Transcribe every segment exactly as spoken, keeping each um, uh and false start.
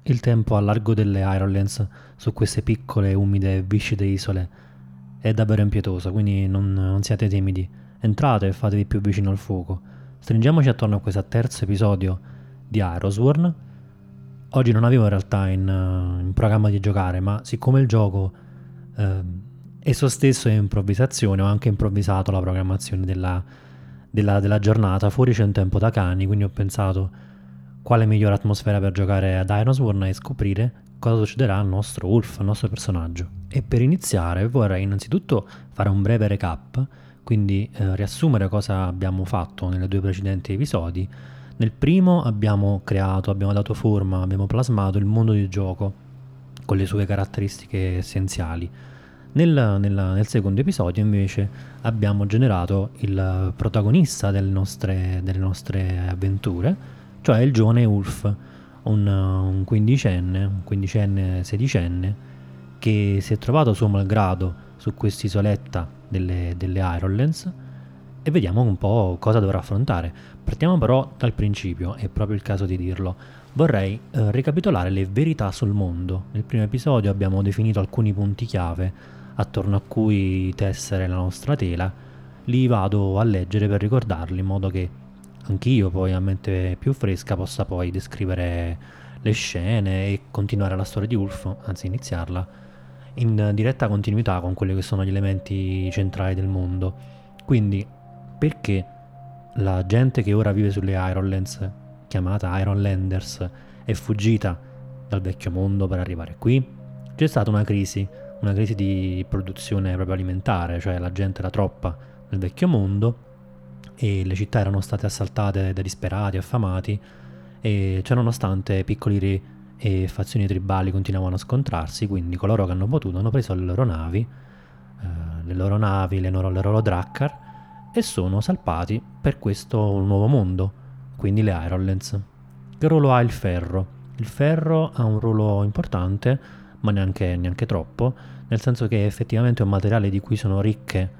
Il tempo a largo delle Ironlands su queste piccole, umide e viscide isole è davvero impietoso, quindi non, non siate timidi. Entrate e fatevi più vicino al fuoco. Stringiamoci attorno a questo terzo episodio di Iron. Oggi non avevo in realtà in, uh, in programma di giocare, ma siccome il gioco uh, esso stesso è improvvisazione, ho anche improvvisato la programmazione della, della, della giornata. Fuori c'è un tempo da cani, quindi ho pensato quale migliore atmosfera per giocare ad Ironsworn e scoprire cosa succederà al nostro Ulf, al nostro personaggio. E per iniziare vorrei innanzitutto fare un breve recap, quindi eh, riassumere cosa abbiamo fatto nei due precedenti episodi. Nel primo abbiamo creato, abbiamo dato forma, abbiamo plasmato il mondo di gioco con le sue caratteristiche essenziali. Nel, nel, nel secondo episodio invece abbiamo generato il protagonista delle nostre, delle nostre avventure, cioè il giovane Ulf, un, un quindicenne, un quindicenne sedicenne che si è trovato suo malgrado su quest'isoletta delle, delle Ironlands, e vediamo un po' cosa dovrà affrontare. Partiamo però dal principio, è proprio il caso di dirlo. Vorrei eh, ricapitolare le verità sul mondo. Nel primo episodio abbiamo definito alcuni punti chiave attorno a cui tessere la nostra tela. Li vado a leggere per ricordarli in modo che anch'io poi a mente più fresca possa poi descrivere le scene e continuare la storia di Ulf, anzi iniziarla, in diretta continuità con quelli che sono gli elementi centrali del mondo. Quindi, perché la gente che ora vive sulle Ironlands, chiamata Ironlanders, è fuggita dal vecchio mondo per arrivare qui? C'è stata una crisi, una crisi di produzione proprio alimentare, cioè la gente era troppa nel vecchio mondo e le città erano state assaltate da disperati, affamati, e cioè nonostante piccoli re e fazioni tribali continuavano a scontrarsi, quindi coloro che hanno potuto hanno preso le loro navi, eh, le loro navi, le loro, le loro drakkar, e sono salpati per questo nuovo mondo, quindi le Ironlands. Che ruolo ha il ferro? Il ferro ha un ruolo importante, ma neanche, neanche troppo, nel senso che effettivamente è un materiale di cui sono ricche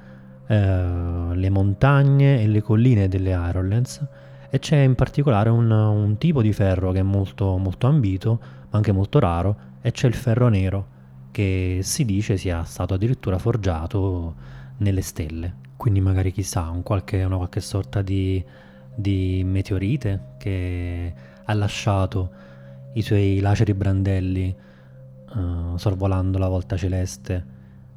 Uh, le montagne e le colline delle Ironlands, e c'è in particolare un, un tipo di ferro che è molto, molto ambito, ma anche molto raro, e c'è il ferro nero, che si dice sia stato addirittura forgiato nelle stelle. Quindi magari chissà, un qualche, una qualche sorta di, di meteorite che ha lasciato i suoi laceri brandelli uh, sorvolando la volta celeste,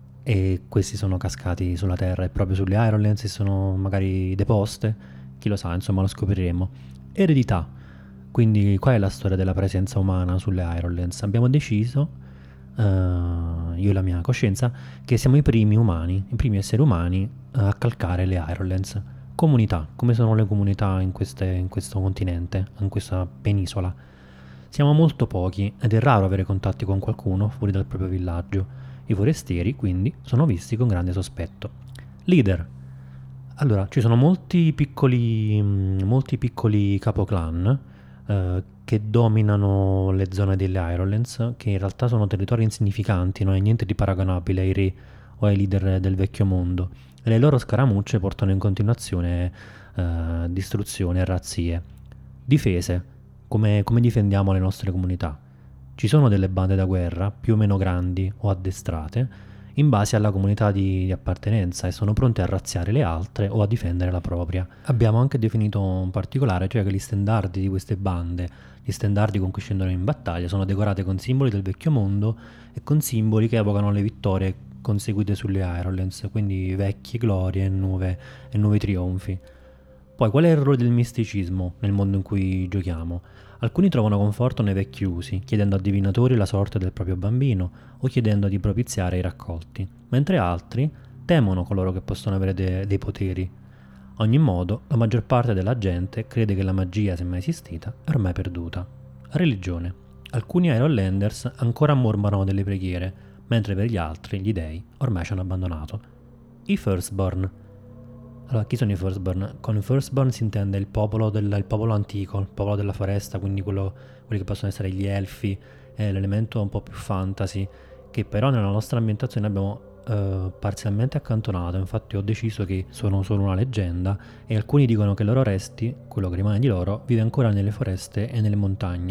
e questi sono cascati sulla Terra e proprio sulle Ironlands si sono magari deposte, chi lo sa, insomma lo scopriremo. Eredità, quindi qual è la storia della presenza umana sulle Ironlands? Abbiamo deciso, uh, io e la mia coscienza, che siamo i primi umani, i primi esseri umani a calcare le Ironlands. Comunità, come sono le comunità in, queste, in questo continente, in questa penisola? Siamo molto pochi ed è raro avere contatti con qualcuno fuori dal proprio villaggio. I forestieri, quindi, sono visti con grande sospetto. Leader. Allora, ci sono molti piccoli, molti piccoli capoclan eh, che dominano le zone delle Ironlands, che in realtà sono territori insignificanti, non è niente di paragonabile ai re o ai leader del vecchio mondo. E le loro scaramucce portano in continuazione eh, distruzione e razzie. Difese. Come, come difendiamo le nostre comunità? Ci sono delle bande da guerra, più o meno grandi o addestrate, in base alla comunità di, di appartenenza, e sono pronte a razziare le altre o a difendere la propria. Abbiamo anche definito un particolare, cioè che gli stendardi di queste bande, gli stendardi con cui scendono in battaglia, sono decorati con simboli del vecchio mondo e con simboli che evocano le vittorie conseguite sulle Ironlands, quindi vecchie glorie e nuove, e nuovi trionfi. Poi, qual è il ruolo del misticismo nel mondo in cui giochiamo? Alcuni trovano conforto nei vecchi usi, chiedendo a divinatori la sorte del proprio bambino o chiedendo di propiziare i raccolti, mentre altri temono coloro che possono avere de- dei poteri. A ogni modo, la maggior parte della gente crede che la magia, se mai esistita, è ormai perduta. Religione. Alcuni Ironlanders ancora mormorano delle preghiere, mentre per gli altri gli dei ormai ci hanno abbandonato. I Firstborn. Allora, chi sono i Firstborn? Con i Firstborn si intende il popolo, del, il popolo antico, il popolo della foresta, quindi quello, quelli che possono essere gli elfi, eh, l'elemento un po' più fantasy, che però nella nostra ambientazione abbiamo eh, parzialmente accantonato. Infatti ho deciso che sono solo una leggenda, e alcuni dicono che i loro resti, quello che rimane di loro, vive ancora nelle foreste e nelle montagne,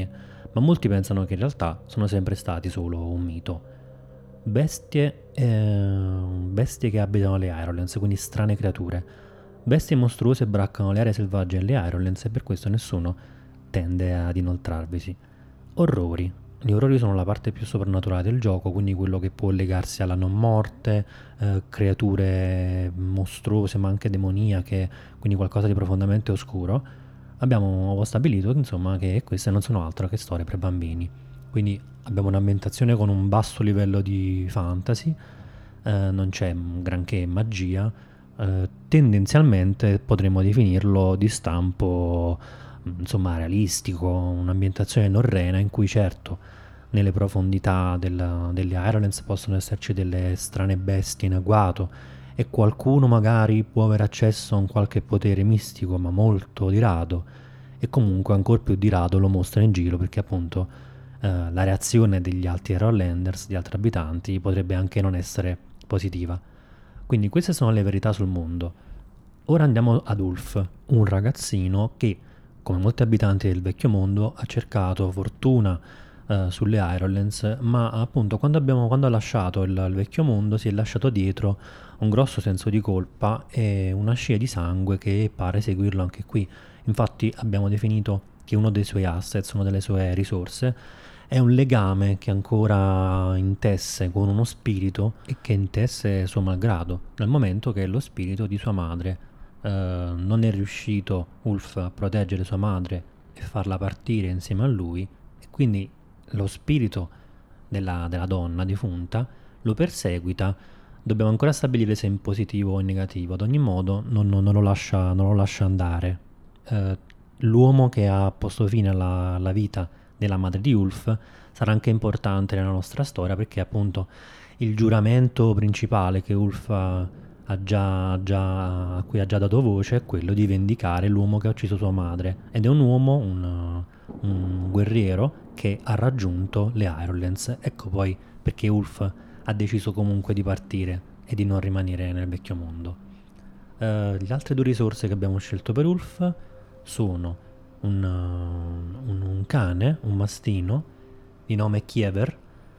ma molti pensano che in realtà sono sempre stati solo un mito. Bestie, eh, bestie che abitano le Ironlands, quindi strane creature. Bestie mostruose braccano le aree selvagge e le Ironlands e per questo nessuno tende ad inoltrarvisi. Orrori. Gli orrori sono la parte più soprannaturale del gioco, quindi quello che può legarsi alla non morte, eh, creature mostruose ma anche demoniache, quindi qualcosa di profondamente oscuro. Abbiamo stabilito insomma che queste non sono altro che storie per bambini. Quindi abbiamo un'ambientazione con un basso livello di fantasy, eh, non c'è granché magia, eh, tendenzialmente potremmo definirlo di stampo insomma realistico, un'ambientazione norrena in cui certo nelle profondità del, delle Ironlands possono esserci delle strane bestie in agguato e qualcuno magari può avere accesso a un qualche potere mistico ma molto di rado e comunque ancora più di rado lo mostra in giro perché appunto eh, la reazione degli altri Ironlanders, di altri abitanti potrebbe anche non essere positiva. Quindi queste sono le verità sul mondo. Ora andiamo ad Ulf, un ragazzino che come molti abitanti del vecchio mondo, ha cercato fortuna eh, sulle Ironlands, ma appunto quando, abbiamo, quando ha lasciato il, il vecchio mondo si è lasciato dietro un grosso senso di colpa e una scia di sangue che pare seguirlo anche qui. Infatti abbiamo definito che uno dei suoi assets, una delle sue risorse, è un legame che ancora intesse con uno spirito e che intesse suo malgrado, nel momento che è lo spirito di sua madre. Uh, non è riuscito Ulf a proteggere sua madre e farla partire insieme a lui e quindi lo spirito della, della donna defunta lo perseguita. Dobbiamo ancora stabilire se è in positivo o in negativo. Ad ogni modo non, non, non, lo, lascia, non lo lascia andare. Uh, l'uomo che ha posto fine alla, alla vita della madre di Ulf sarà anche importante nella nostra storia perché appunto il giuramento principale che Ulf ha ha già, già, a cui ha già dato voce è quello di vendicare l'uomo che ha ucciso sua madre ed è un uomo, un, un guerriero che ha raggiunto le Ironlands. Ecco poi perché Ulf ha deciso comunque di partire e di non rimanere nel vecchio mondo. Uh, le altre due risorse che abbiamo scelto per Ulf sono un, uh, un, un cane, un mastino di nome Kiever,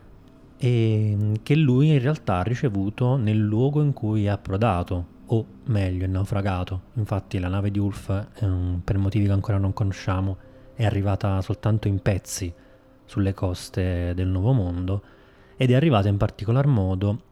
e che lui in realtà ha ricevuto nel luogo in cui è approdato, o meglio è naufragato. Infatti la nave di Ulf, ehm, per motivi che ancora non conosciamo, è arrivata soltanto in pezzi sulle coste del Nuovo Mondo ed è arrivata in particolar modo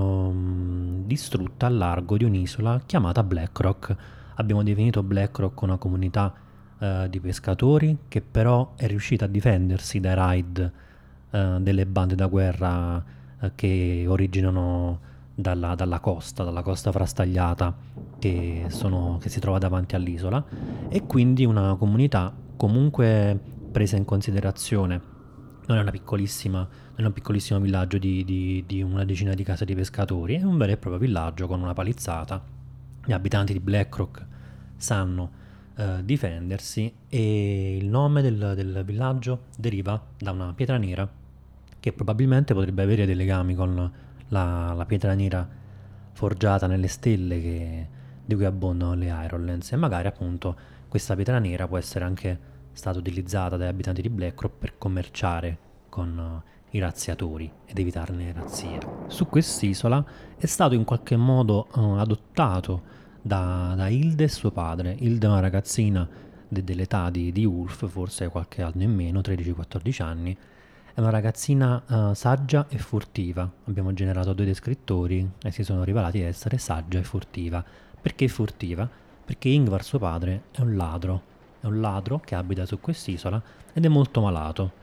ehm, distrutta al largo di un'isola chiamata Blackrock. Abbiamo definito Blackrock una comunità eh, di pescatori che però è riuscita a difendersi dai raid Uh, delle bande da guerra uh, che originano dalla, dalla costa, dalla costa frastagliata che, sono, che si trova davanti all'isola e quindi una comunità comunque presa in considerazione. Non è una piccolissima, non è un piccolissimo villaggio di, di, di una decina di case di pescatori, è un vero e proprio villaggio con una palizzata. Gli abitanti di Blackrock sanno uh, difendersi e il nome del, del villaggio deriva da una pietra nera che probabilmente potrebbe avere dei legami con la, la pietra nera forgiata nelle stelle che, di cui abbondano le Ironlands e magari appunto questa pietra nera può essere anche stata utilizzata dagli abitanti di Blackrock per commerciare con uh, i razziatori ed evitarne razzie. Su quest'isola è stato in qualche modo uh, adottato da, da Hilde e suo padre. Hilde è una ragazzina de- dell'età di, di Ulf, forse qualche anno in meno, tredici quattordici anni. È una ragazzina uh, saggia e furtiva. Abbiamo generato due descrittori e si sono rivelati essere saggia e furtiva. Perché furtiva? Perché Ingvar, suo padre, è un ladro. È un ladro che abita su quest'isola ed è molto malato.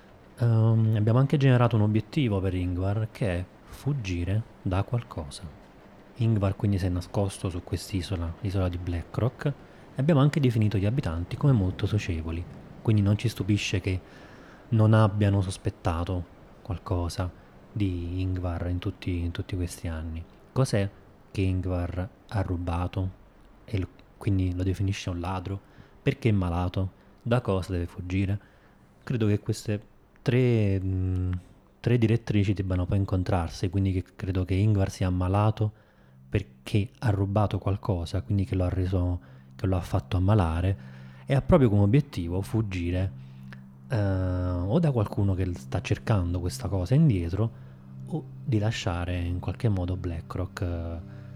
Um, abbiamo anche generato un obiettivo per Ingvar che è fuggire da qualcosa. Ingvar quindi si è nascosto su quest'isola, l'isola di Blackrock, e abbiamo anche definito gli abitanti come molto socievoli. Quindi non ci stupisce che non abbiano sospettato qualcosa di Ingvar in tutti, in tutti questi anni. Cos'è che Ingvar ha rubato e lo, quindi lo definisce un ladro? Perché è malato? Da cosa deve fuggire? Credo che queste tre, mh, tre direttrici debbano poi incontrarsi, quindi che credo che Ingvar sia ammalato perché ha rubato qualcosa, quindi che lo ha reso, che lo ha fatto ammalare, e ha proprio come obiettivo fuggire eh, o da qualcuno che sta cercando questa cosa indietro, o di lasciare in qualche modo BlackRock eh,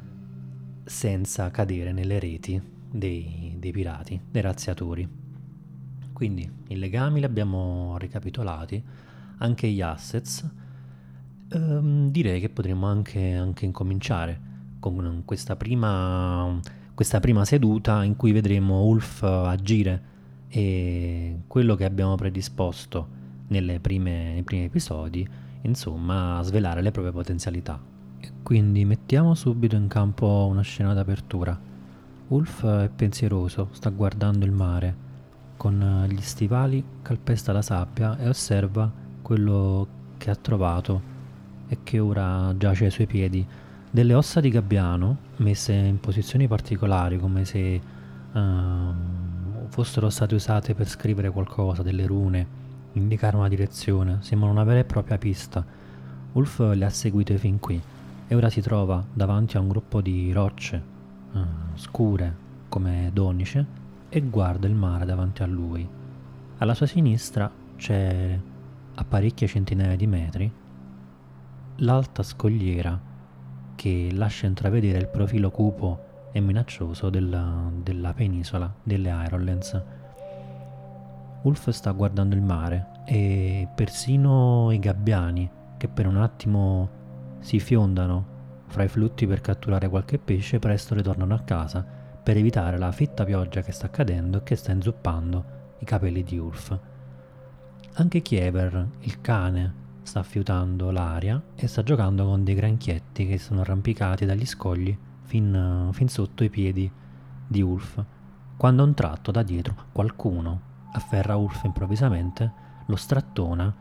senza cadere nelle reti dei, dei pirati, dei razziatori. Quindi i legami li abbiamo ricapitolati, anche gli assets. Ehm, direi che potremmo anche, anche incominciare con questa prima, questa prima seduta in cui vedremo Ulf agire e quello che abbiamo predisposto nelle prime, nei primi episodi, insomma, svelare le proprie potenzialità. E quindi mettiamo subito in campo una scena d'apertura. Ulf è pensieroso, sta guardando il mare. Con gli stivali calpesta la sabbia e osserva quello che ha trovato e che ora giace ai suoi piedi. Delle ossa di gabbiano messe in posizioni particolari, come se uh, fossero state usate per scrivere qualcosa, delle rune, indicare una direzione, sembrano una vera e propria pista. Ulf le ha seguite fin qui e ora si trova davanti a un gruppo di rocce uh, scure come donice e guarda il mare davanti a lui. Alla sua sinistra c'è, a parecchie centinaia di metri, l'alta scogliera che lascia intravedere il profilo cupo e minaccioso della, della penisola delle Ironlands. Ulf sta guardando il mare e persino i gabbiani, che per un attimo si fiondano fra i flutti per catturare qualche pesce, presto ritornano a casa per evitare la fitta pioggia che sta cadendo e che sta inzuppando i capelli di Ulf. Anche Kiever, il cane, sta fiutando l'aria e sta giocando con dei granchietti che sono arrampicati dagli scogli fin, fin sotto i piedi di Ulf, quando a un tratto da dietro qualcuno afferra Ulf improvvisamente, lo strattona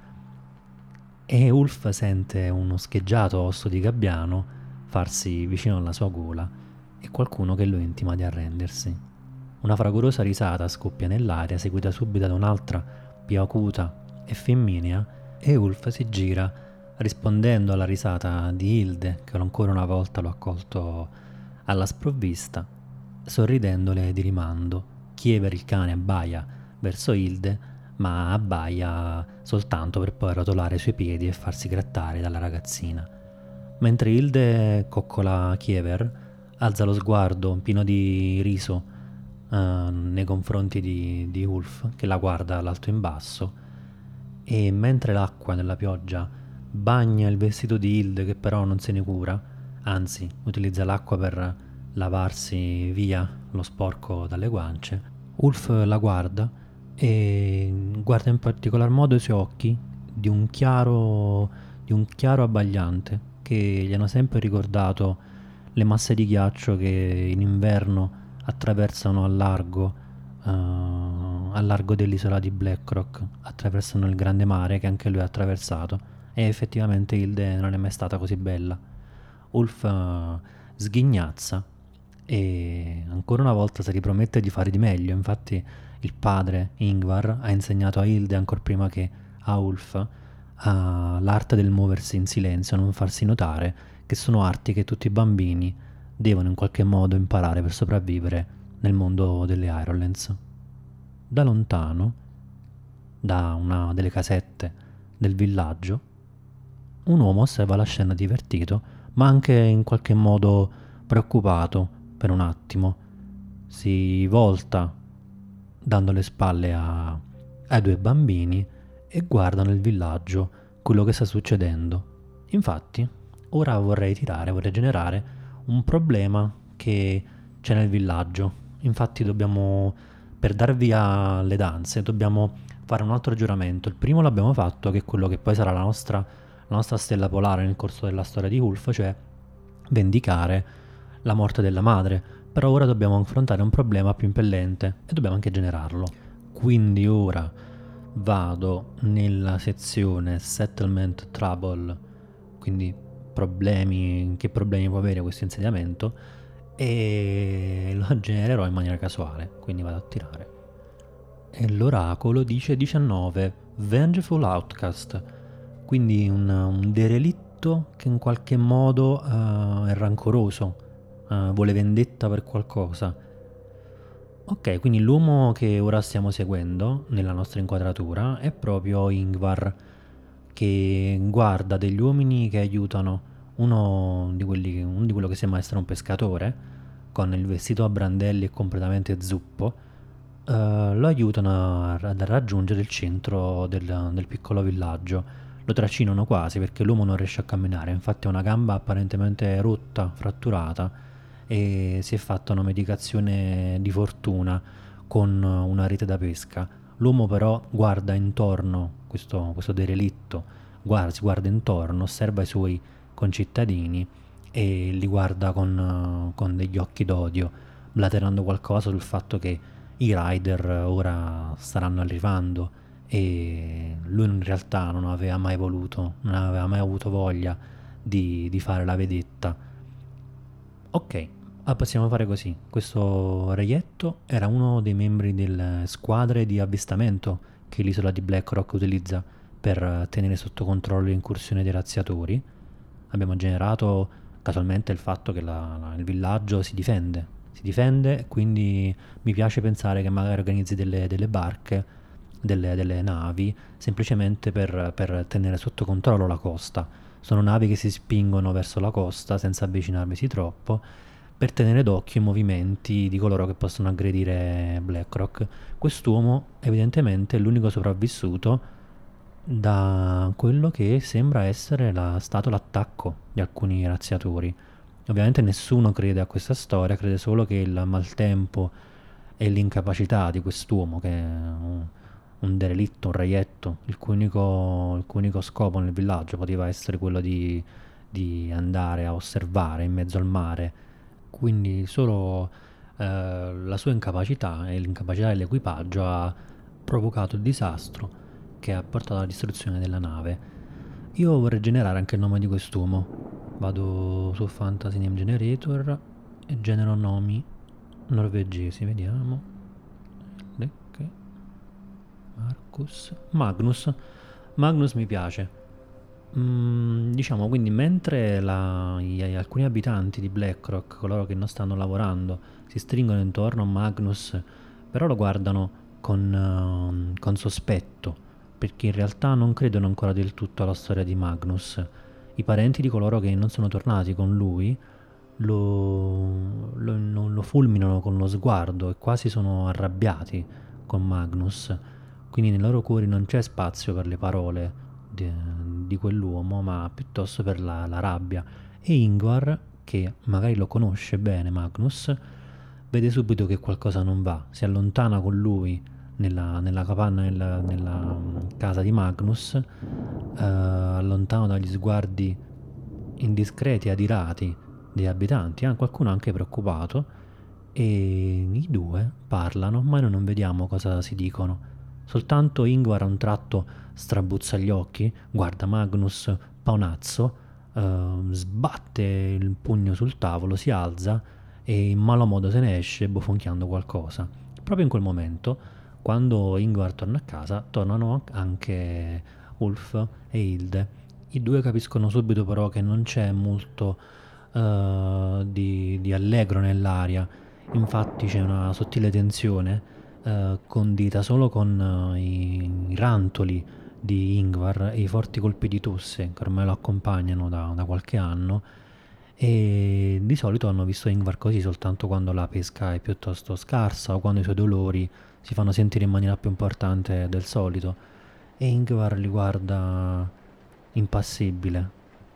e Ulf sente uno scheggiato osso di gabbiano farsi vicino alla sua gola e qualcuno che lo intima di arrendersi. Una fragorosa risata scoppia nell'aria, seguita subito da un'altra più acuta e femminea, e Ulf si gira, rispondendo alla risata di Hilde, che ancora una volta lo ha colto alla sprovvista, sorridendole di rimando. Kiever, il cane, abbaia verso Hilde, ma abbaia soltanto per poi rotolare i suoi piedi e farsi grattare dalla ragazzina. Mentre Hilde coccola Kiever, alza lo sguardo pieno di riso uh, nei confronti di, di Ulf, che la guarda dall'alto in basso, e mentre l'acqua nella pioggia bagna il vestito di Hilde, che però non se ne cura, anzi utilizza l'acqua per lavarsi via lo sporco dalle guance, Ulf la guarda e guarda in particolar modo i suoi occhi di un chiaro, di un chiaro abbagliante che gli hanno sempre ricordato le masse di ghiaccio che in inverno attraversano al largo uh, al largo dell'isola di BlackRock, attraversano il grande mare che anche lui ha attraversato, e effettivamente Hilde non è mai stata così bella. Ulf uh, sghignazza e ancora una volta si ripromette di fare di meglio. Infatti il padre Ingvar ha insegnato a Hilde, ancora prima che a Ulf, uh, l'arte del muoversi in silenzio, non farsi notare, che sono arti che tutti i bambini devono in qualche modo imparare per sopravvivere nel mondo delle Ironlands. Da lontano, da una delle casette del villaggio, un uomo osserva la scena divertito, ma anche in qualche modo preoccupato per un attimo. Si volta dando le spalle a, ai due bambini e guarda nel villaggio quello che sta succedendo. Infatti, ora vorrei tirare, vorrei generare un problema che c'è nel villaggio. Infatti dobbiamo, per dar via alle danze, dobbiamo fare un altro giuramento. Il primo l'abbiamo fatto, che è quello che poi sarà la nostra, la nostra stella polare nel corso della storia di Ulf, cioè vendicare la morte della madre. Però ora dobbiamo affrontare un problema più impellente e dobbiamo anche generarlo. Quindi ora vado nella sezione Settlement Trouble, quindi problemi, che problemi può avere questo insediamento, e lo genererò in maniera casuale, quindi vado a tirare. E l'oracolo dice diciannove, Vengeful Outcast, quindi un, un derelitto che in qualche modo uh, è rancoroso, uh, vuole vendetta per qualcosa. Ok, quindi l'uomo che ora stiamo seguendo nella nostra inquadratura è proprio Ingvar, che guarda degli uomini che aiutano uno di quelli, uno di quello che sembra essere un pescatore, con il vestito a brandelli e completamente zuppo, eh, lo aiutano a, a raggiungere il centro del, del piccolo villaggio. Lo trascinano quasi perché l'uomo non riesce a camminare, infatti ha una gamba apparentemente rotta, fratturata, e si è fatta una medicazione di fortuna con una rete da pesca. L'uomo però guarda intorno, questo, questo derelitto, guarda, si guarda intorno, osserva i suoi concittadini e li guarda con, con degli occhi d'odio, blaterando qualcosa sul fatto che i rider ora staranno arrivando e lui in realtà non aveva mai voluto, non aveva mai avuto voglia di, di fare la vedetta. Ok, ah, possiamo fare così. Questo reietto era uno dei membri delle squadre di avvistamento che l'isola di Blackrock utilizza per tenere sotto controllo l'incursione dei razziatori. Abbiamo generato casualmente il fatto che la- la- il villaggio si difende. Si difende, quindi mi piace pensare che magari organizzi delle, delle barche, delle, delle navi, semplicemente per, per tenere sotto controllo la costa. Sono navi che si spingono verso la costa senza avvicinarvisi troppo, per tenere d'occhio i movimenti di coloro che possono aggredire Blackrock. Quest'uomo evidentemente è l'unico sopravvissuto da quello che sembra essere la- stato l'attacco di alcuni razziatori. Ovviamente nessuno crede a questa storia, crede solo che il maltempo e l'incapacità di quest'uomo, che è un, un derelitto, un reietto, il cui unico, il cui unico scopo nel villaggio poteva essere quello di, di andare a osservare in mezzo al mare. Quindi solo eh, la sua incapacità e l'incapacità dell'equipaggio ha provocato il disastro che ha portato alla distruzione della nave. Io vorrei generare anche il nome di quest'uomo. Vado su Fantasy Name Generator e genero nomi norvegesi, vediamo. Lecce, Marcus, Magnus. Magnus mi piace. Mm, diciamo quindi mentre la- gli- alcuni abitanti di Blackrock, coloro che non stanno lavorando, si stringono intorno a Magnus, però lo guardano con, ehm, con sospetto, perché in realtà non credono ancora del tutto alla storia di Magnus. I parenti di coloro che non sono tornati con lui lo, lo- lo- lo fulminano con lo sguardo e quasi sono arrabbiati con Magnus. Quindi nei loro cuori non c'è spazio per le parole di, di quell'uomo, ma piuttosto per la, la rabbia. E Ingvar, che magari lo conosce bene Magnus, vede subito che qualcosa non va, si allontana con lui nella, nella capanna, nella, nella mm, casa di Magnus, eh, allontano dagli sguardi indiscreti, adirati degli abitanti, eh, qualcuno anche preoccupato, e i due parlano, ma noi non vediamo cosa si dicono. Soltanto Ingvar a un tratto strabuzza gli occhi, guarda Magnus paonazzo, eh, sbatte il pugno sul tavolo, si alza e in malo modo se ne esce bofonchiando qualcosa. Proprio in quel momento, quando Ingvar torna a casa, tornano anche Ulf e Hilde. I due capiscono subito però che non c'è molto eh, di, di allegro nell'aria, infatti c'è una sottile tensione eh, condita solo con eh, i, i rantoli di Ingvar e i forti colpi di tosse che ormai lo accompagnano da, da qualche anno, e di solito hanno visto Ingvar così soltanto quando la pesca è piuttosto scarsa o quando i suoi dolori si fanno sentire in maniera più importante del solito, e Ingvar li guarda impassibile.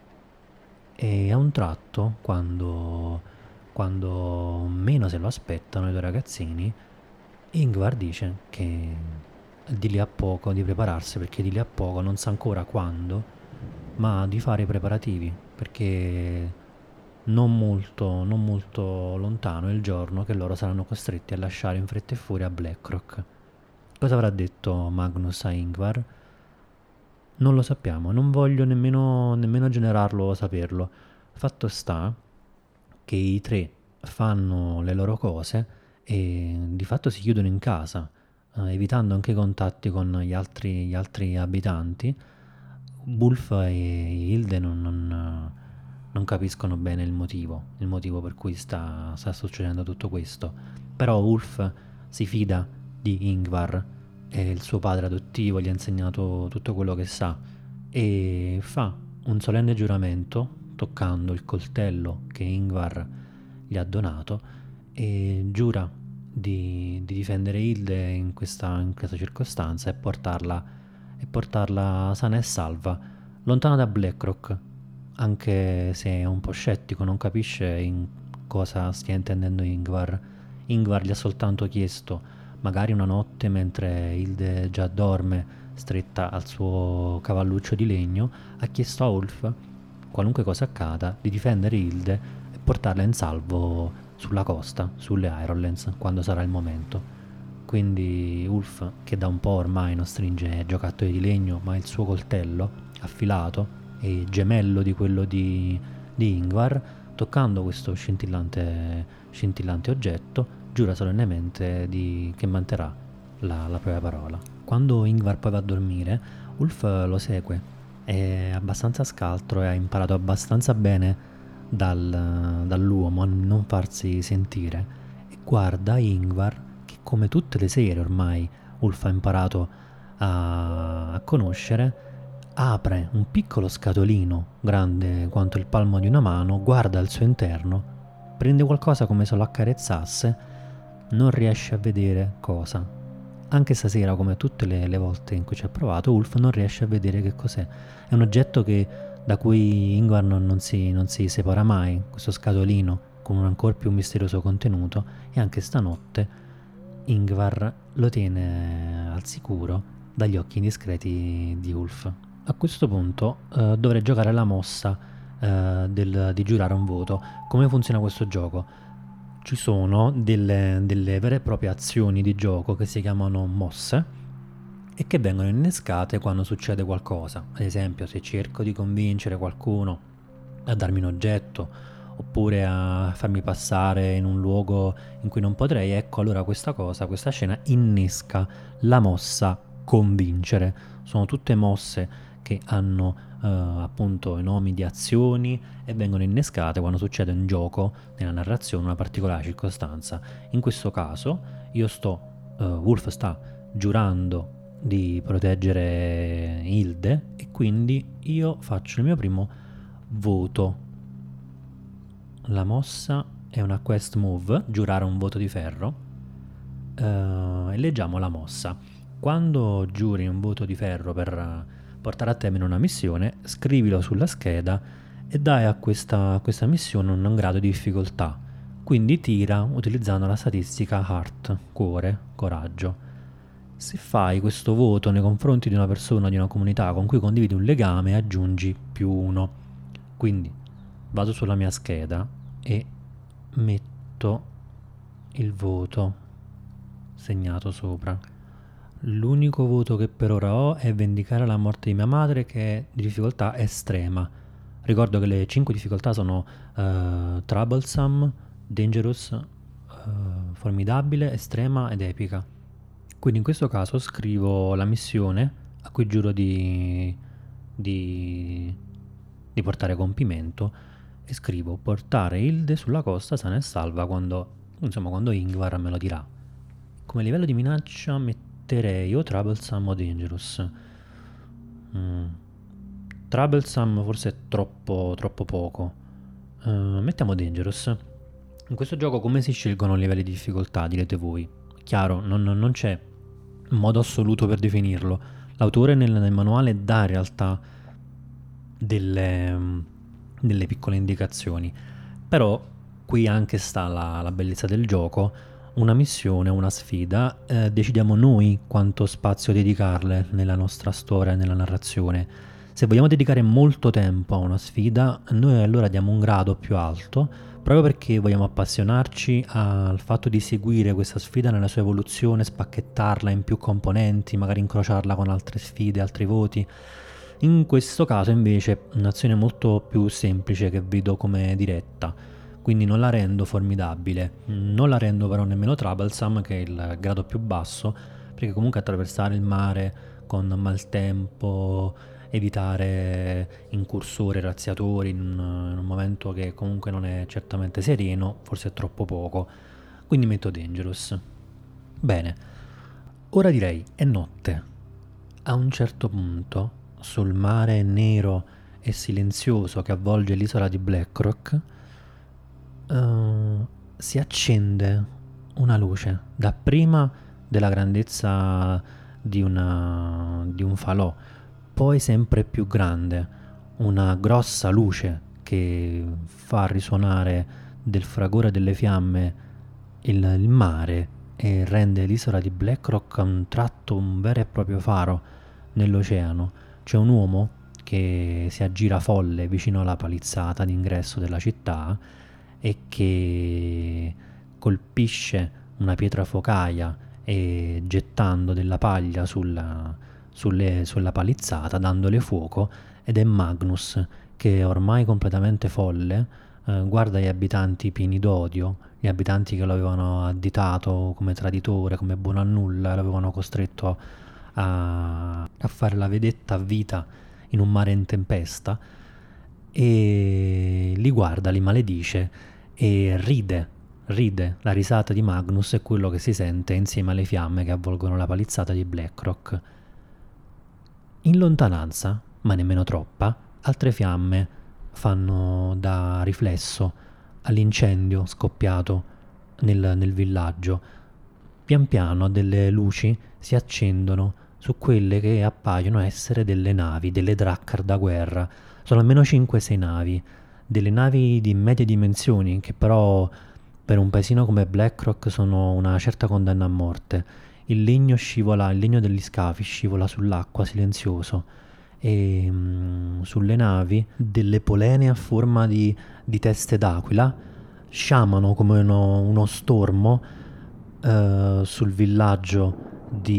E a un tratto, quando, quando meno se lo aspettano i due ragazzini, Ingvar dice che di lì a poco di prepararsi, perché di lì a poco non sa ancora quando, ma di fare i preparativi, perché non molto, non molto lontano è il giorno che loro saranno costretti a lasciare in fretta e furia Blackrock. Cosa avrà detto Magnus a Ingvar? Non lo sappiamo, non voglio nemmeno, nemmeno generarlo o saperlo. Fatto sta che i tre fanno le loro cose e di fatto si chiudono in casa, eh, evitando anche i contatti con gli altri, gli altri abitanti. Bulf e Hilde non, non- non capiscono bene il motivo, il motivo per cui sta, sta succedendo tutto questo. Però Ulf si fida di Ingvar e il suo padre adottivo gli ha insegnato tutto quello che sa e fa un solenne giuramento toccando il coltello che Ingvar gli ha donato e giura di, di difendere Hilde in questa, in questa circostanza e portarla, e portarla sana e salva lontana da Blackrock, anche se è un po' scettico, non capisce in cosa stia intendendo Ingvar. Ingvar gli ha soltanto chiesto, magari una notte mentre Hilde già dorme stretta al suo cavalluccio di legno, ha chiesto a Ulf, qualunque cosa accada, di difendere Hilde e portarla in salvo sulla costa, sulle Ironlands, quando sarà il momento. Quindi Ulf, che da un po' ormai non stringe giocattoli di legno, ma il suo coltello affilato e gemello di quello di, di Ingvar, toccando questo scintillante, scintillante oggetto, giura solennemente di, che manterrà la, la propria parola. Quando Ingvar poi va a dormire, Ulf lo segue, è abbastanza scaltro e ha imparato abbastanza bene dal, dall'uomo a non farsi sentire e guarda Ingvar che, come tutte le sere ormai Ulf ha imparato a, a conoscere, apre un piccolo scatolino grande quanto il palmo di una mano, guarda al suo interno, prende qualcosa come se lo accarezzasse, non riesce a vedere cosa. Anche stasera, come tutte le, le volte in cui ci ha provato, Ulf non riesce a vedere che cos'è. È un oggetto che, da cui Ingvar non, non, si, non si separa mai, questo scatolino con un ancora più misterioso contenuto, e anche stanotte Ingvar lo tiene al sicuro dagli occhi indiscreti di Ulf. A questo punto eh, dovrei giocare la mossa eh, del, di giurare un voto. Come funziona questo gioco? Ci sono delle, delle vere e proprie azioni di gioco che si chiamano mosse e che vengono innescate quando succede qualcosa. Ad esempio, se cerco di convincere qualcuno a darmi un oggetto oppure a farmi passare in un luogo in cui non potrei, ecco allora questa cosa, questa scena innesca la mossa convincere. Sono tutte mosse che hanno eh, appunto i nomi di azioni e vengono innescate quando succede in gioco, nella narrazione, una particolare circostanza. In questo caso io sto, uh, Ulf sta giurando di proteggere Hilde e quindi io faccio il mio primo voto. La mossa è una quest move, giurare un voto di ferro, uh, e leggiamo la mossa. Quando giuri un voto di ferro per portare a termine una missione, scrivilo sulla scheda e dai a questa, a questa missione un grado di difficoltà. Quindi tira utilizzando la statistica heart, cuore, coraggio. Se fai questo voto nei confronti di una persona, di una comunità con cui condividi un legame, aggiungi più uno. Quindi vado sulla mia scheda e metto il voto segnato sopra. L'unico voto che per ora ho è vendicare la morte di mia madre, che è di difficoltà estrema. Ricordo che le cinque difficoltà sono uh, Troublesome, Dangerous, uh, Formidabile, Estrema ed Epica. Quindi in questo caso scrivo la missione a cui giuro di, di, di portare a compimento e scrivo portare Hilde sulla costa sana e salva quando, insomma, quando Ingvar me lo dirà. Come livello di minaccia metterei o Troublesome o Dangerous. Mm. Troublesome forse è troppo, troppo poco. Uh, mettiamo Dangerous. In questo gioco come si scelgono i livelli di difficoltà, direte voi? Chiaro, non, non c'è un modo assoluto per definirlo. L'autore nel, nel manuale dà in realtà delle, delle piccole indicazioni. Però qui anche sta la, la bellezza del gioco. Una missione, una sfida, eh, decidiamo noi quanto spazio dedicarle nella nostra storia, nella narrazione. Se vogliamo dedicare molto tempo a una sfida, noi allora diamo un grado più alto, proprio perché vogliamo appassionarci al fatto di seguire questa sfida nella sua evoluzione, spacchettarla in più componenti, magari incrociarla con altre sfide, altri voti. In questo caso invece un'azione molto più semplice che vedo come diretta, quindi non la rendo formidabile, non la rendo però nemmeno troublesome, che è il grado più basso, perché comunque attraversare il mare con maltempo, evitare incursori, razziatori in un, in un momento che comunque non è certamente sereno, forse è troppo poco, quindi metto Dangerous. Bene, ora direi è notte. A un certo punto, sul mare nero e silenzioso che avvolge l'isola di Blackrock, eh, si accende una luce, dapprima della grandezza di, una, di un falò, poi sempre più grande, una grossa luce che fa risuonare del fragore delle fiamme il, il mare e rende l'isola di Blackrock a un tratto un vero e proprio faro nell'oceano. C'è un uomo che si aggira folle vicino alla palizzata d'ingresso della città e che colpisce una pietra focaia e gettando della paglia sulla, sulle, sulla palizzata, dandole fuoco, ed è Magnus che ormai completamente folle eh, guarda gli abitanti pieni d'odio, gli abitanti che lo avevano additato come traditore, come buono a nulla, l'avevano costretto a, a fare la vedetta a vita in un mare in tempesta, e li guarda, li maledice e ride, ride. La risata di Magnus è quello che si sente insieme alle fiamme che avvolgono la palizzata di Blackrock. In lontananza, ma nemmeno troppa, altre fiamme fanno da riflesso all'incendio scoppiato nel, nel villaggio. Pian piano delle luci si accendono su quelle che appaiono essere delle navi, delle Drakkar da guerra. Sono almeno cinque sei navi, delle navi di medie dimensioni che però per un paesino come Blackrock sono una certa condanna a morte. Il legno scivola, il legno degli scafi scivola sull'acqua silenzioso e mm, sulle navi delle polene a forma di, di teste d'aquila sciamano come uno, uno stormo eh, sul villaggio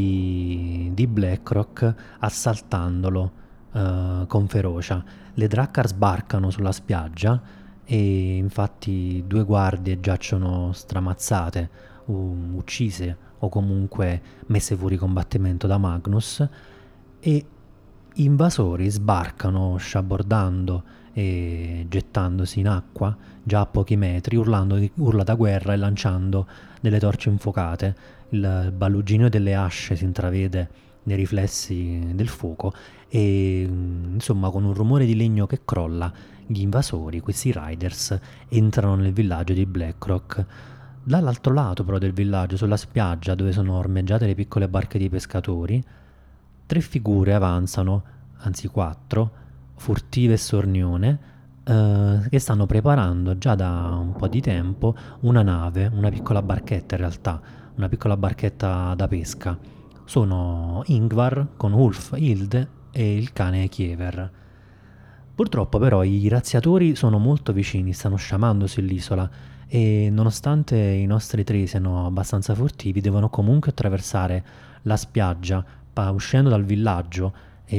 di, di Blackrock, assaltandolo eh, con ferocia. Le Drakkar sbarcano sulla spiaggia e infatti due guardie giacciono stramazzate, um, uccise o comunque messe fuori combattimento da Magnus, e invasori sbarcano sciabordando e gettandosi in acqua già a pochi metri, urlando di urla da guerra e lanciando delle torce infuocate. Il baluggino delle asce si intravede nei riflessi del fuoco e insomma con un rumore di legno che crolla gli invasori, questi riders, entrano nel villaggio di Blackrock. Dall'altro lato però del villaggio, sulla spiaggia dove sono ormeggiate le piccole barche dei pescatori, tre figure avanzano, anzi quattro, furtive e sornione, eh, che stanno preparando già da un po' di tempo una nave, una piccola barchetta in realtà, una piccola barchetta da pesca. Sono Ingvar con Ulf, Hilde e il cane Kiever. Purtroppo però i razziatori sono molto vicini, stanno sciamandosi l'isola e nonostante i nostri tre siano abbastanza furtivi, devono comunque attraversare la spiaggia, pa- uscendo dal villaggio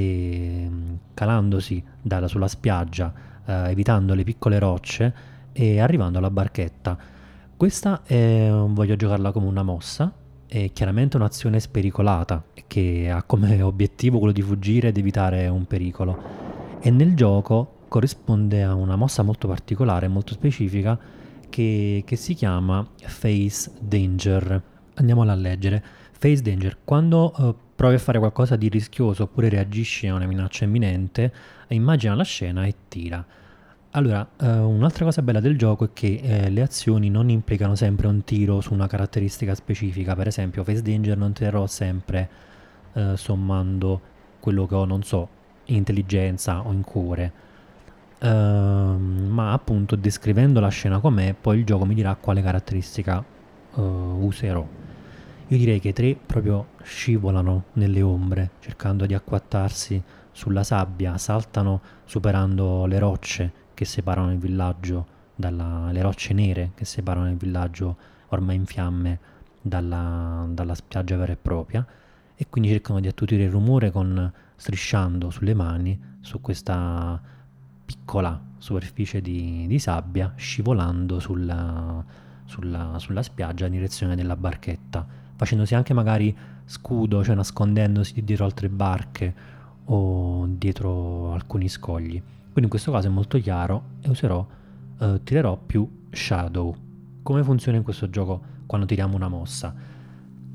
e mm, calandosi dalla, sulla spiaggia, eh, evitando le piccole rocce e arrivando alla barchetta. Questa è, voglio giocarla come una mossa, è chiaramente un'azione spericolata che ha come obiettivo quello di fuggire ed evitare un pericolo, e nel gioco corrisponde a una mossa molto particolare, molto specifica, che, che si chiama Face Danger. Andiamola a leggere. Face Danger: quando eh, provi a fare qualcosa di rischioso oppure reagisci a una minaccia imminente, immagina la scena e tira. Allora, eh, un'altra cosa bella del gioco è che eh, le azioni non implicano sempre un tiro su una caratteristica specifica. Per esempio, Face Danger non tirerò sempre eh, sommando quello che ho, non so, in intelligenza o in cuore, Ehm, ma appunto descrivendo la scena com'è, poi il gioco mi dirà quale caratteristica eh, userò. Io direi che i tre proprio scivolano nelle ombre, cercando di acquattarsi sulla sabbia, saltano superando le rocce che separano il villaggio dalla, le rocce nere che separano il villaggio ormai in fiamme dalla, dalla spiaggia vera e propria, e quindi cercano di attutire il rumore con strisciando sulle mani su questa piccola superficie di, di sabbia, scivolando sulla, sulla, sulla spiaggia in direzione della barchetta, facendosi anche magari scudo, cioè nascondendosi dietro altre barche o dietro alcuni scogli. Quindi in questo caso è molto chiaro e userò, eh, tirerò più Shadow. Come funziona in questo gioco quando tiriamo una mossa?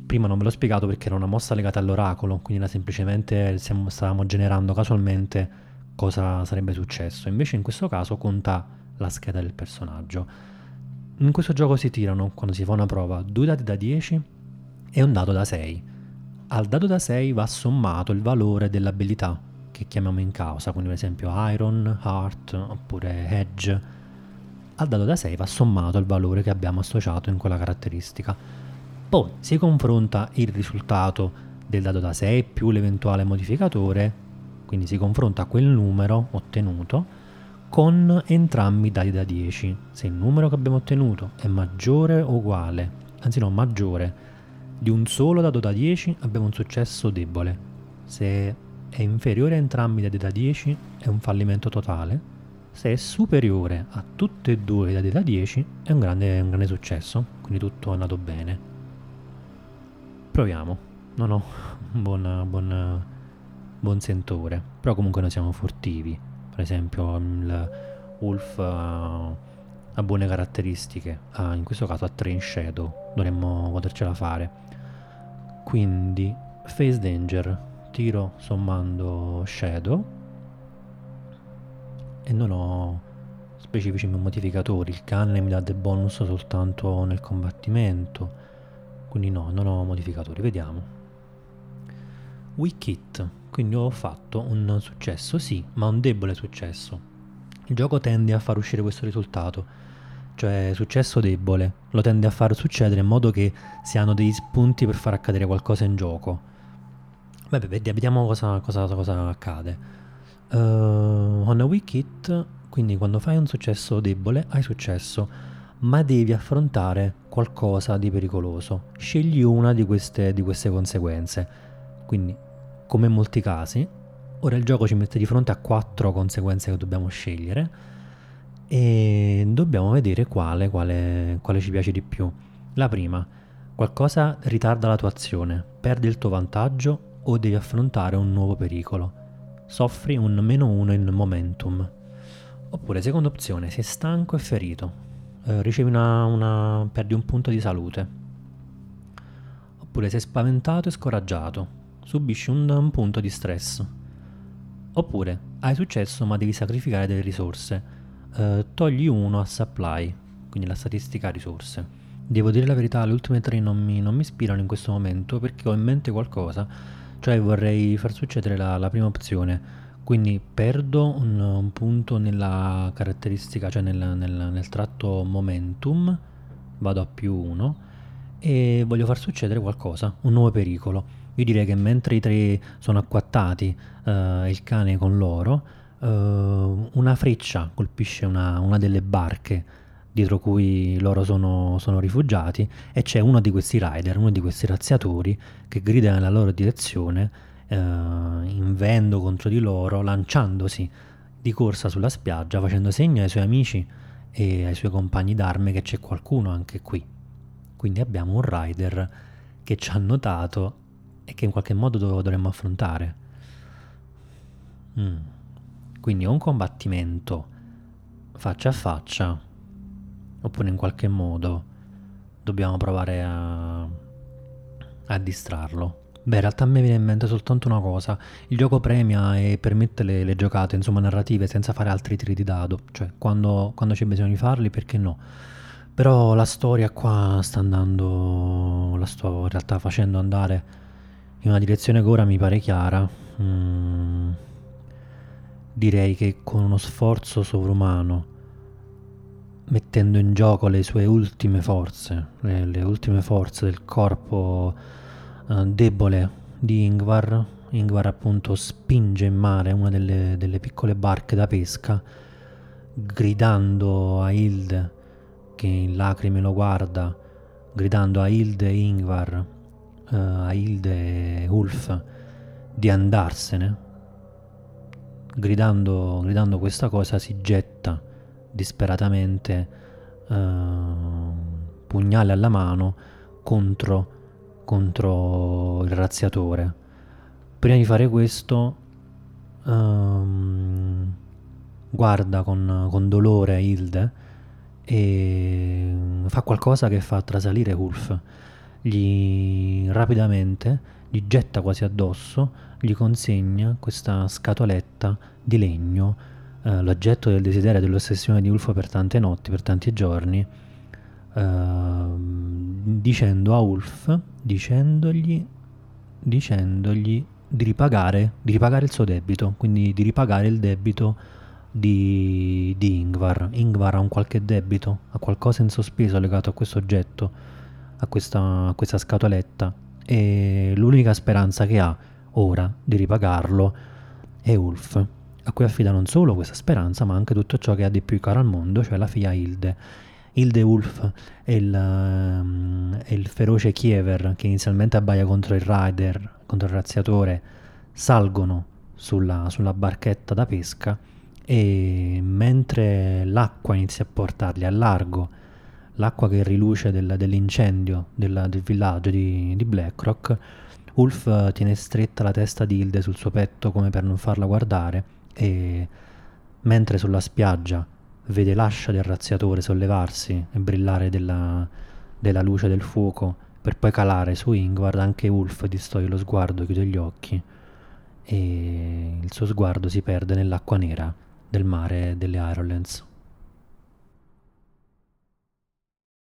prima non ve l'ho spiegato perché era una mossa legata all'oracolo, quindi era semplicemente stiamo- stavamo generando casualmente cosa sarebbe successo. Invece in questo caso conta la scheda del personaggio. In questo gioco si tirano, quando si fa una prova, due dadi da dieci e un dado da sei. Al dado da sei va sommato il valore dell'abilità che chiamiamo in causa, quindi per esempio Iron, Heart oppure Edge. Al dado da sei va sommato il valore che abbiamo associato in quella caratteristica. Poi si confronta il risultato del dado da sei più l'eventuale modificatore, quindi si confronta quel numero ottenuto con entrambi i dadi da dieci. Se il numero che abbiamo ottenuto è maggiore o uguale, anzi no, maggiore di un solo dado da dieci, abbiamo un successo debole. Se è inferiore a entrambi i dadi da dieci, è un fallimento totale. Se è superiore a tutti e due i dadi da dieci, è un grande, un grande successo, quindi tutto è andato bene. Proviamo. Non ho un buon, buon, buon sentore, però comunque noi siamo furtivi. Per esempio il Wolf ha, ha buone caratteristiche, ha, in questo caso ha tre in Shadow, dovremmo potercela fare. Quindi Face Danger, tiro sommando Shadow e non ho specifici modificatori. Il canne mi dà dei bonus soltanto nel combattimento, quindi no, non ho modificatori. Vediamo. Weak Hit, quindi ho fatto un successo, sì, ma un debole successo. Il gioco tende a far uscire questo risultato, cioè successo debole, lo tende a far succedere in modo che si hanno degli spunti per far accadere qualcosa in gioco. Vabbè, vediamo cosa, cosa, cosa accade. Uh, on a weak hit, quindi quando fai un successo debole hai successo, ma devi affrontare qualcosa di pericoloso. Scegli una di queste, di queste conseguenze. Quindi, come in molti casi, ora il gioco ci mette di fronte a quattro conseguenze che dobbiamo scegliere e dobbiamo vedere quale, quale, quale ci piace di più. La prima, qualcosa ritarda la tua azione, perdi il tuo vantaggio o devi affrontare un nuovo pericolo. Soffri un meno uno in momentum. Oppure, seconda opzione, sei stanco e ferito. Eh, ricevi una, una... perdi un punto di salute. Oppure sei spaventato e scoraggiato. Subisci un, un punto di stress. Oppure, hai successo ma devi sacrificare delle risorse. Eh, togli uno a supply, quindi la statistica risorse. Devo dire la verità, le ultime tre non mi, non mi ispirano in questo momento perché ho in mente qualcosa. Cioè vorrei far succedere la, la prima opzione, quindi perdo un, un punto nella caratteristica, cioè nel, nel, nel tratto momentum, vado a più uno e voglio far succedere qualcosa, un nuovo pericolo. Io direi che mentre i tre sono acquattati, eh, il cane con loro, eh, una freccia colpisce una, una delle barche dietro cui loro sono, sono rifugiati e c'è uno di questi rider, uno di questi razziatori che grida nella loro direzione, eh, invendo contro di loro, lanciandosi di corsa sulla spiaggia, facendo segno ai suoi amici e ai suoi compagni d'arme che c'è qualcuno anche qui. Quindi abbiamo un rider che ci ha notato e che in qualche modo dovremmo affrontare. Mm. Quindi o un combattimento faccia a faccia, oppure in qualche modo dobbiamo provare a, a distrarlo. Beh, in realtà a me viene in mente soltanto una cosa. Il gioco premia e permette le, le giocate, insomma, narrative senza fare altri tiri di dado. Cioè, quando, quando c'è bisogno di farli, perché no? Però la storia qua sta andando... La sto in realtà facendo andare in una direzione che ora mi pare chiara. Mm, direi che con uno sforzo sovrumano, mettendo in gioco le sue ultime forze, le, le ultime forze del corpo eh, debole di Ingvar. Ingvar appunto spinge in mare una delle, delle piccole barche da pesca, gridando a Hilde, che in lacrime lo guarda, gridando a Hilde e Ingvar, eh, a Hilde e Ulf, di andarsene. Gridando, gridando questa cosa si getta disperatamente, eh, pugnale alla mano, contro, contro il razziatore. Prima di fare questo, ehm, guarda con, con dolore Hilde e fa qualcosa che fa trasalire Ulf. gli rapidamente gli getta quasi addosso, gli consegna questa scatoletta di legno, eh, l'oggetto del desiderio e dell'ossessione di Ulf per tante notti, per tanti giorni, ehm, dicendo a Ulf, dicendogli, dicendogli di ripagare, di ripagare il suo debito, quindi di ripagare il debito di, di Ingvar. Ingvar ha un qualche debito, ha qualcosa in sospeso legato a questo oggetto, a questa, a questa scatoletta, e l'unica speranza che ha ora di ripagarlo è Ulf, a cui affida non solo questa speranza ma anche tutto ciò che ha di più caro al mondo, cioè la figlia Hilde. Hilde Ulf è il, um, è il feroce Kiever che inizialmente abbaia contro il rider, contro il razziatore, salgono sulla, sulla barchetta da pesca, e mentre l'acqua inizia a portarli a largo, l'acqua che riluce del, dell'incendio del, del villaggio di, di Blackrock, Ulf tiene stretta la testa di Hilde sul suo petto come per non farla guardare, e mentre sulla spiaggia vede l'ascia del razziatore sollevarsi e brillare della, della luce del fuoco per poi calare su Ingvar, anche Ulf distoglie lo sguardo, chiude gli occhi e il suo sguardo si perde nell'acqua nera del mare delle Ironlands.